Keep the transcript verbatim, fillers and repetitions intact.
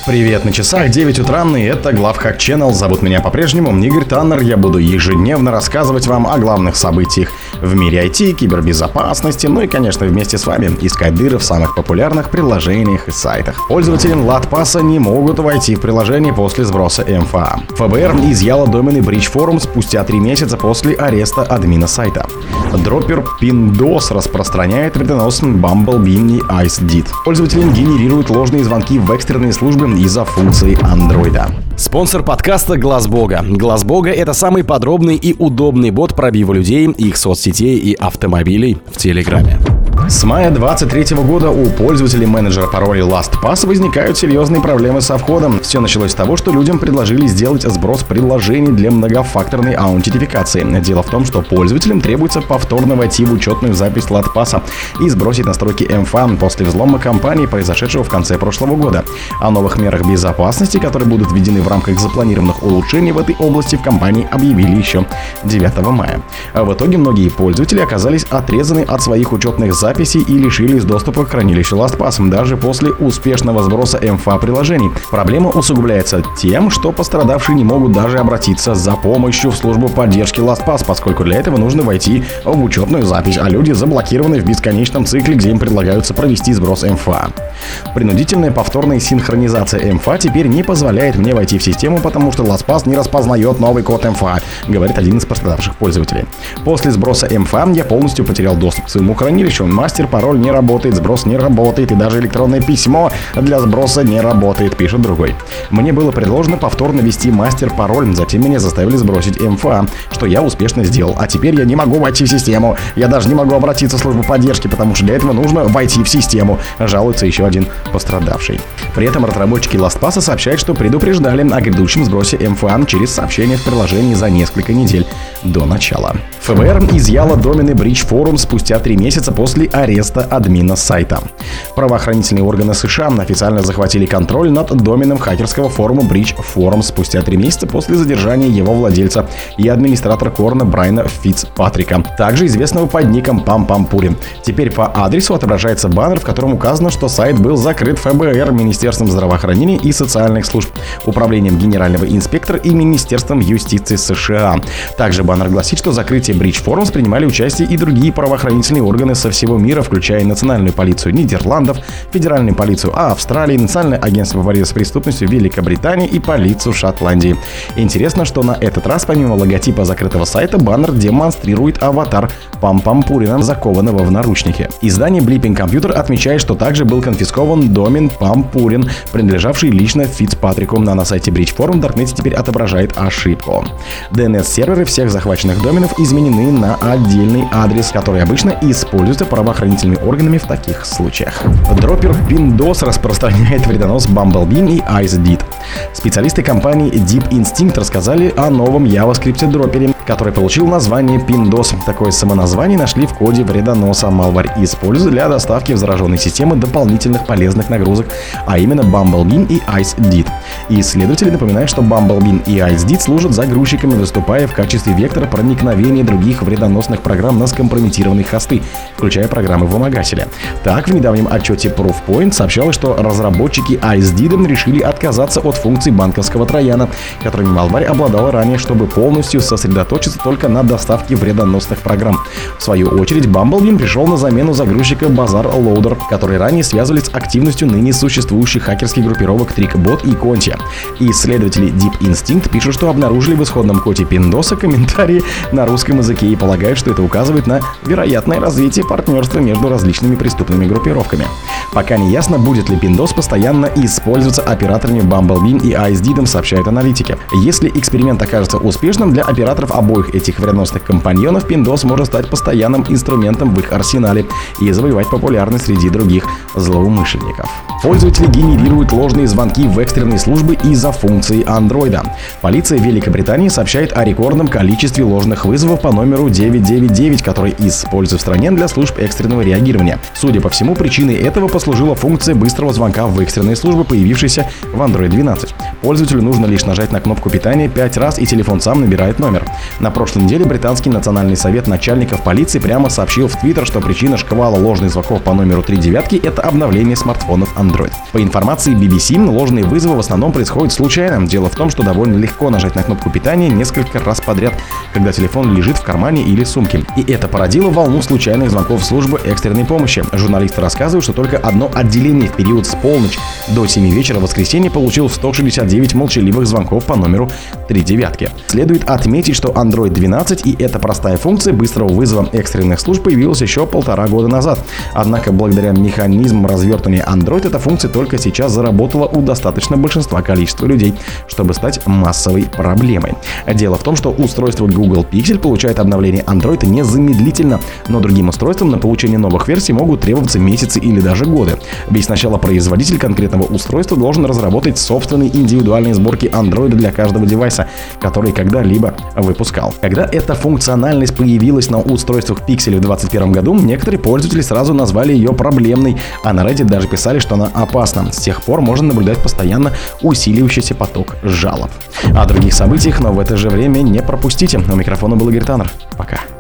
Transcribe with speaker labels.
Speaker 1: Привет, на часах девять утра, и это Главхак Channel. Зовут меня по-прежнему Игорь Таннер. Я буду ежедневно рассказывать вам о главных событиях в мире ай ти, кибербезопасности, ну и, конечно, вместе с вами искать дыры в самых популярных приложениях и сайтах. Пользователи LastPass не могут войти в приложение после сброса эм эф а. эф бэ эр изъяла домены Breach Forum спустя три месяца после ареста админа сайта. Дроппер Pindos распространяет вредоносный Bumblebee и IceDeed. Пользователи генерируют ложные звонки в экстренные службы из-за функции Андроида. Спонсор подкаста Глаз Бога. Глаз Бога — это самый подробный и удобный бот пробива людей, их соцсетей и автомобилей в Телеграме. С мая двадцать третьего года у пользователей менеджера паролей LastPass возникают серьезные проблемы со входом. Все началось с того, что людям предложили сделать сброс приложений для многофакторной аутентификации. Дело в том, что пользователям требуется повторно войти в учетную запись LastPass и сбросить настройки эм эф а после взлома компании, произошедшего в конце прошлого года. О новых мерах безопасности, которые будут введены в рамках запланированных улучшений в этой области, в компании объявили еще девятого мая. А в итоге многие пользователи оказались отрезаны от своих учетных записей и лишились доступа к хранилищу LastPass даже после успешного сброса эм эф а приложений. Проблема усугубляется тем, что пострадавшие не могут даже обратиться за помощью в службу поддержки LastPass, поскольку для этого нужно войти в учетную запись, а люди заблокированы в бесконечном цикле, где им предлагаются провести сброс эм эф а. Принудительная повторная синхронизация эм эф а теперь не позволяет мне войти в систему, потому что LastPass не распознает новый код эм эф а, говорит один из пострадавших пользователей. После сброса эм эф а я полностью потерял доступ к своему хранилищу. Мастер пароль не работает, сброс не работает, и даже электронное письмо для сброса не работает, пишет другой. Мне было предложено повторно ввести мастер пароль, затем меня заставили сбросить эм эф а, что я успешно сделал. А теперь я не могу войти в систему. Я даже не могу обратиться в службу поддержки, потому что для этого нужно войти в систему, жалуется еще один пострадавший. При этом разработчики LastPass сообщают, что предупреждали о грядущем сбросе эм эф а через сообщение в приложении за несколько недель до начала. эф бэ эр изъяла домены Breach Forum спустя три месяца после ареста админа сайта. Правоохранительные органы США официально захватили контроль над доменом хакерского форума Breach Forum спустя три месяца после задержания его владельца и администратора Корна Брайана Фицпатрика, также известного под ником Пам-Пам-Пурин. Теперь по адресу отображается баннер, в котором указано, что сайт был закрыт эф бэ эр, Министерством здравоохранения и социальных служб, Управлением генерального инспектора и Министерством юстиции США. Также баннер гласит, что в закрытии Breach Forum принимали участие и другие правоохранительные органы со всего мира, включая Национальную полицию Нидерландов, Федеральную полицию Австралии, Национальное агентство по борьбе с преступностью Великобритании и полицию Шотландии. Интересно, что на этот раз помимо логотипа закрытого сайта баннер демонстрирует аватар Пам-Пам-Пурина, закованного в наручники. Издание Bleeping Computer отмечает, что также был конфискован домен Пам-Пурин, принадлежавший лично Фицпатрику. А на сайте Breach Forum в Даркнете теперь отображает ошибку. ди эн эс-серверы всех захваченных доменов изменены на отдельный адрес, который обычно используется правоохранительными органами в таких случаях. Дроппер Pindos распространяет вредонос Bumblebee и IceDeed. Специалисты компании Deep Instinct рассказали о новом JavaScript-дроппере, который получил название Pindos. Такое самоназвание нашли в коде вредоноса Malware и используют для доставки в зараженные системы дополнительных полезных нагрузок, а именно Bumblebee и IceDeed. И исследователи напоминают, что Bumblebee и IceDeed служат загрузчиками, выступая в качестве вектора проникновения других вредоносных программ на скомпрометированные хосты, включая программы вымогателя. Так, в недавнем отчете Proofpoint сообщалось, что разработчики IceDeed решили отказаться от функций банковского трояна, которыми Malware обладала ранее, чтобы полностью сосредоточиться только на доставке вредоносных программ. В свою очередь, Bumblebee пришел на замену загрузчика Bazaar Loader, которые ранее связывались с активностью ныне существующих хакерских группировок TrickBot и Conti. И исследователи Deep Instinct пишут, что обнаружили в исходном коде Pindos комментарии на русском языке и полагают, что это указывает на вероятное развитие партнерства между различными преступными группировками. Пока не ясно, будет ли Pindos постоянно использоваться операторами Bumblebee и IceDeed, сообщают аналитики. Если эксперимент окажется успешным, для операторов обоих этих вредоносных компаньонов Pindos может стать постоянным инструментом в их арсенале и завоевать популярность среди других злоумышленников. Пользователи генерируют ложные звонки в экстренные службы из-за функции Андроида. Полиция Великобритании сообщает о рекордном количестве ложных вызовов по номеру девять девять девять, который используют в стране для служб экстренного реагирования. Судя по всему, причиной этого послужила функция быстрого звонка в экстренные службы, появившаяся в Android двенадцать. Пользователю нужно лишь нажать на кнопку питания пять раз, и телефон сам набирает номер. На прошлой неделе британский национальный совет начальников полиции прямо сообщил в Твиттер, что причина шквала ложных звонков по номеру три девятки – это обновление смартфонов Android. По информации би би си, ложные вызовы в основном происходят случайно. Дело в том, что довольно легко нажать на кнопку питания несколько раз подряд, когда телефон лежит в кармане или сумке. И это породило волну случайных звонков в службу экстренной помощи. Журналисты рассказывают, что только одно отделение в период с полночи до семи вечера в воскресенье получил сто шестьдесят девять молчаливых звонков по номеру три девятки. Следует отметить, что Android двенадцать и эта простая функция быстрого вызова экстренных служб появилась еще полтора года назад. Однако благодаря механизму развертывания Android эта функция только сейчас заработала у достаточно большинства количества людей, чтобы стать массовой проблемой. Дело в том, что устройство Google Pixel получает обновление Android незамедлительно, но другим устройствам на получение новых версий могут требоваться месяцы или даже годы. Ведь сначала производитель конкретного устройства должен разработать собственные индивидуальные сборки Android для каждого девайса, который когда-либо выпускал. Когда эта функциональность появилась на устройствах Pixel в двадцать первом году, некоторые пользователи сразу назвали ее проблемной, а на Reddit даже писали, что она опасна. С тех пор можно наблюдать постоянно усиливающийся поток жалоб. О других событиях, но в это же время не пропустите. У микрофона был Игорь Таннер. Пока.